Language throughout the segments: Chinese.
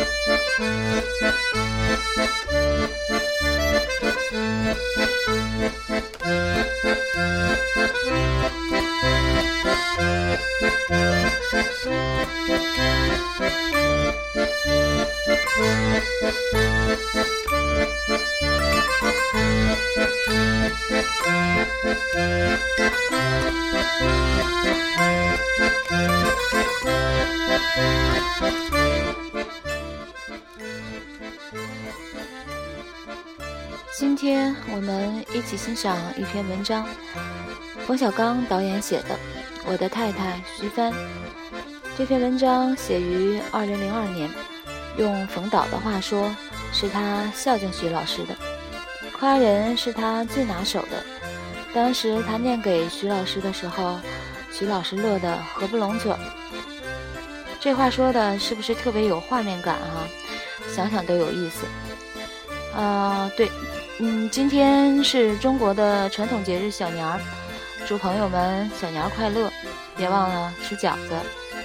今天我们一起欣赏一篇文章，冯小刚导演写的《我的太太徐帆》。这篇文章写于2002年，用冯导的话说，是他孝敬徐老师的，夸人是他最拿手的。当时他念给徐老师的时候，徐老师乐得合不拢嘴儿。这话说的是不是特别有画面感啊？想想都有意思。对，今天是中国的传统节日小年儿，祝朋友们小年儿快乐，别忘了吃饺子。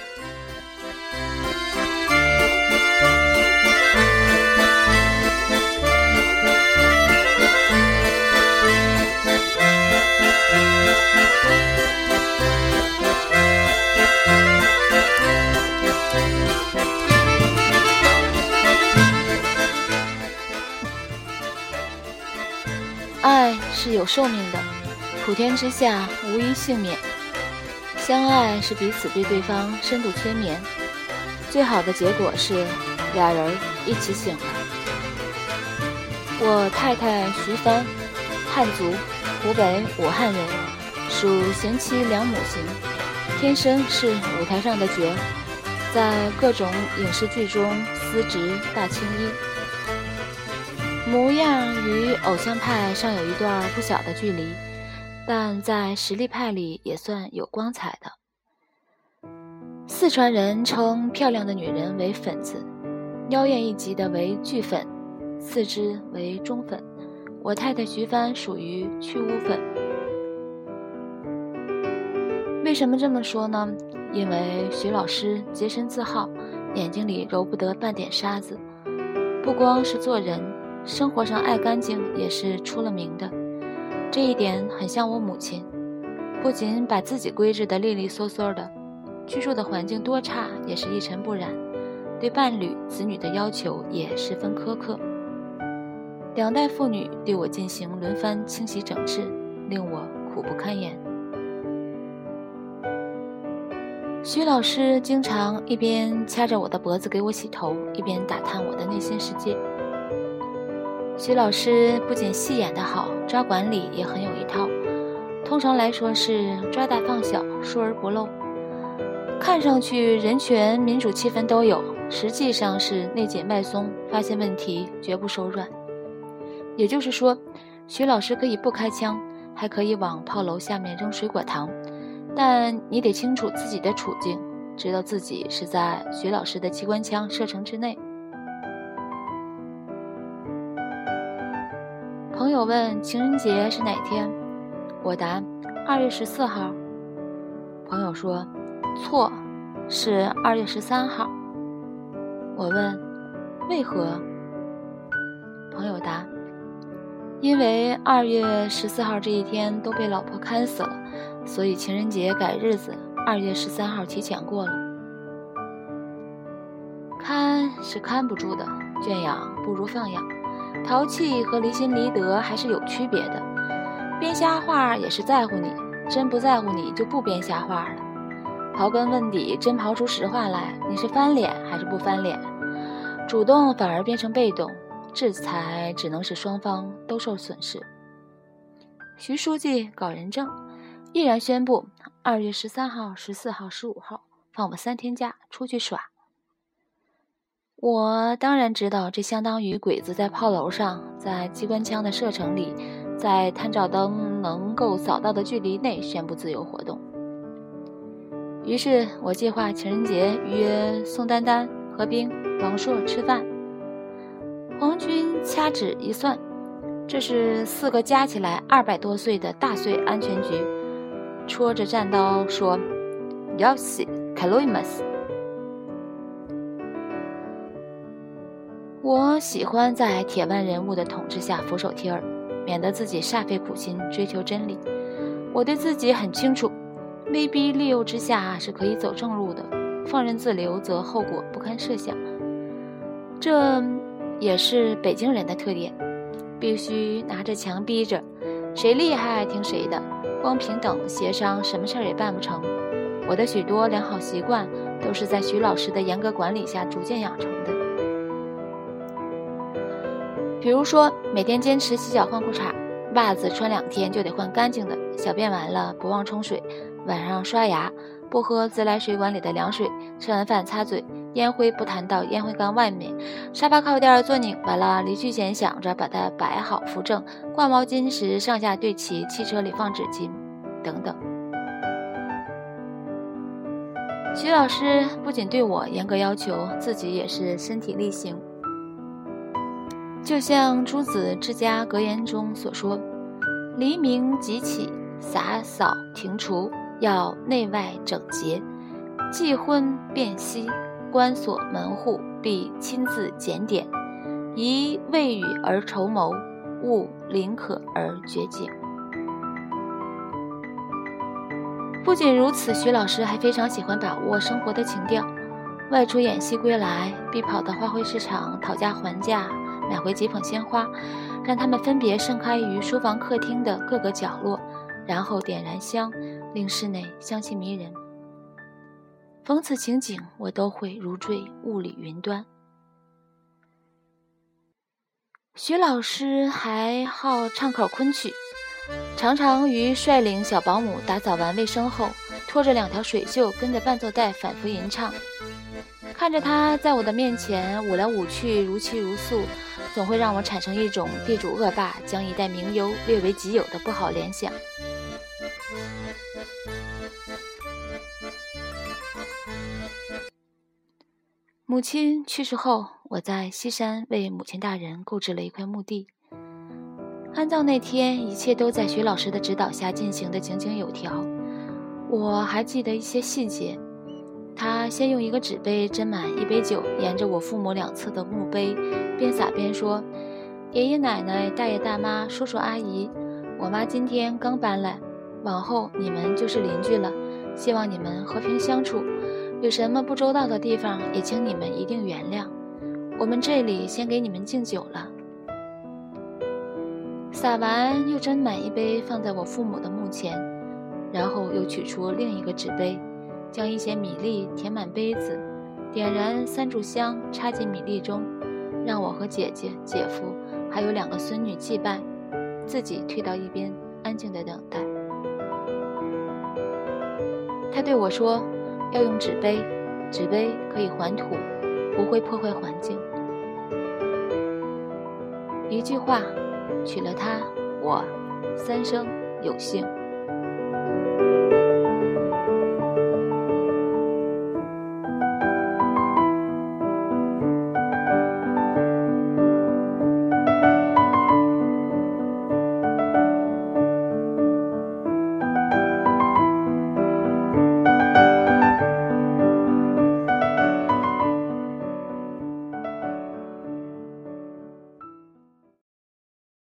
爱是有寿命的，普天之下无一幸免。相爱是彼此对对方深度催眠，最好的结果是俩人一起醒了。我太太徐帆，汉族，湖北武汉人，属贤妻良母型，天生是舞台上的角儿，在各种影视剧中司职大青衣。模样与偶像派尚有一段不小的距离，但在实力派里也算有光彩的。四川人称漂亮的女人为粉子，妖艳一级的为巨粉，四肢为中粉。我太太徐帆属于去污粉。为什么这么说呢？因为徐老师洁身自好，眼睛里揉不得半点沙子，不光是做人，生活上爱干净也是出了名的。这一点很像我母亲，不仅把自己规制得利利索索的，居住的环境多差也是一尘不染，对伴侣子女的要求也十分苛刻。两代妇女对我进行轮番清洗整治，令我苦不堪言。徐老师经常一边掐着我的脖子给我洗头，一边打探我的内心世界。徐老师不仅戏演得好，抓管理也很有一套，通常来说是抓大放小，疏而不漏。看上去人权民主气氛都有，实际上是内紧外松，发现问题绝不手软。也就是说，徐老师可以不开枪，还可以往炮楼下面扔水果糖，但你得清楚自己的处境，知道自己是在徐老师的机关枪射程之内。朋友问情人节是哪天，我答2月14号。朋友说错，是2月13号。我问为何，朋友答因为2月14号这一天都被老婆看死了，所以情人节改日子2月13号提前过了。看是看不住的，圈养不如放养，淘气和离心离德还是有区别的。编瞎话也是在乎你，真不在乎你就不编瞎话了。刨根问底，真刨出实话来，你是翻脸还是不翻脸？主动反而变成被动，制裁只能使双方都受损失。徐书记搞人证，毅然宣布2月13号、14号、15号放我3天假出去耍。我当然知道，这相当于鬼子在炮楼上，在机关枪的射程里，在探照灯能够扫到的距离内宣布自由活动。于是我计划情人节约宋丹丹、何冰、王朔吃饭。皇军掐指一算，这是4个加起来200多岁的大岁安全局，戳着战刀说よし、帰ります。 我喜欢在铁腕人物的统治下俯首帖耳，免得自己煞费苦心追求真理。我对自己很清楚，威逼利诱之下是可以走正路的，放任自流则后果不堪设想。这也是北京人的特点，必须拿着枪逼着，谁厉害听谁的，光平等协商什么事儿也办不成。我的许多良好习惯都是在徐老师的严格管理下逐渐养成的。比如说，每天坚持洗脚换裤衩，袜子穿2天就得换干净的，小便完了不忘冲水，晚上刷牙，不喝自来水管里的凉水，吃完饭擦嘴，烟灰不弹到烟灰缸外面，沙发靠垫坐拧完了，离去前想着把它摆好扶正，挂毛巾时上下对齐，汽车里放纸巾等等。徐老师不仅对我严格要求，自己也是身体力行。就像朱子治家格言中所说，黎明即起，洒扫庭除，要内外整洁，忌昏辨析，关锁门户，必亲自检点，宜未雨而绸缪，勿临渴而绝井。不仅如此，徐老师还非常喜欢把握生活的情调，外出演戏归来，必跑到花卉市场讨价还价，买回几捧鲜花，让它们分别盛开于书房客厅的各个角落，然后点燃香，令室内香气迷人。逢此情景，我都会如坠雾里云端。徐老师还好唱口昆曲，常常于率领小保姆打扫完卫生后，拖着2条水袖跟着伴奏带反复吟唱。看着他在我的面前舞来舞去，如泣如诉，总会让我产生一种地主恶霸将一代名优略为己有的不好联想。母亲去世后，我在西山为母亲大人购置了一块墓地。安葬那天，一切都在徐老师的指导下进行得井井有条。我还记得一些细节，他先用一个纸杯斟满1杯酒，沿着我父母2侧的墓碑边洒边说：“爷爷奶奶、大爷大妈、叔叔阿姨，我妈今天刚搬来，往后你们就是邻居了，希望你们和平相处，有什么不周到的地方也请你们一定原谅，我们这里先给你们敬酒了。”洒完又斟满1杯放在我父母的墓前，然后又取出另一个纸杯，将一些米粒填满杯子，点燃3炷香插进米粒中，让我和姐姐、姐夫还有2个孙女祭拜，自己退到一边安静地等待。他对我说，要用纸杯，纸杯可以还土，不会破坏环境。一句话，娶了她，我3生有幸。